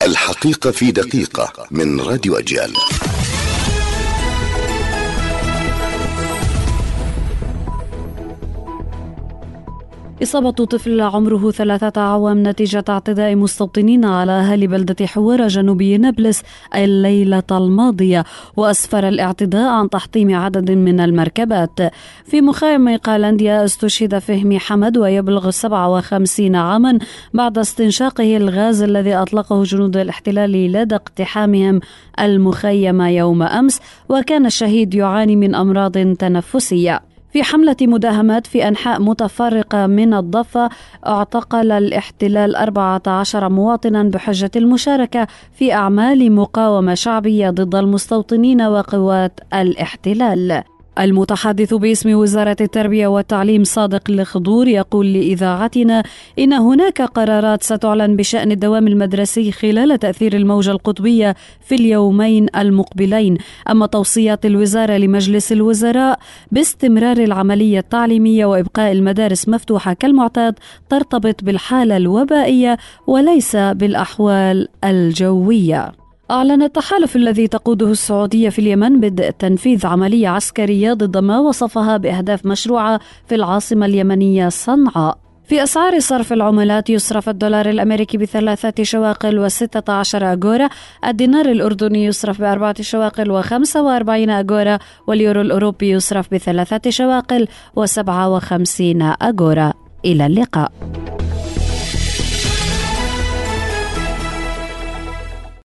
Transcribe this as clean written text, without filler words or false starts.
الحقيقة في دقيقة من راديو أجيال. إصابة طفل عمره 3 أعوام نتيجة اعتداء مستوطنين على أهالي بلدة حوارة جنوبي نابلس الليلة الماضية، وأسفر الاعتداء عن تحطيم عدد من المركبات. في مخيم قايلانديا استشهد فهمي حمد ويبلغ 57 عاما بعد استنشاقه الغاز الذي أطلقه جنود الاحتلال لدى اقتحامهم المخيم يوم أمس، وكان الشهيد يعاني من أمراض تنفسية. في حملة مداهمات في أنحاء متفرقة من الضفة، اعتقل الاحتلال 14 مواطنا بحجة المشاركة في أعمال مقاومة شعبية ضد المستوطنين وقوات الاحتلال. المتحدث باسم وزارة التربية والتعليم صادق الخضور يقول لإذاعتنا إن هناك قرارات ستعلن بشأن الدوام المدرسي خلال تأثير الموجة القطبية في اليومين المقبلين. أما توصيات الوزارة لمجلس الوزراء باستمرار العملية التعليمية وإبقاء المدارس مفتوحة كالمعتاد ترتبط بالحالة الوبائية وليس بالأحوال الجوية. أعلن التحالف الذي تقوده السعودية في اليمن بدء تنفيذ عملية عسكرية ضد ما وصفها بأهداف مشروعة في العاصمة اليمنية صنعاء. في أسعار صرف العملات يصرف الدولار الأمريكي ب3 شواقل و16 أغورا، الدينار الأردني يصرف ب4 شواقل و45 أغورا، واليورو الأوروبي يصرف ب3 شواقل و57 أغورا. إلى اللقاء.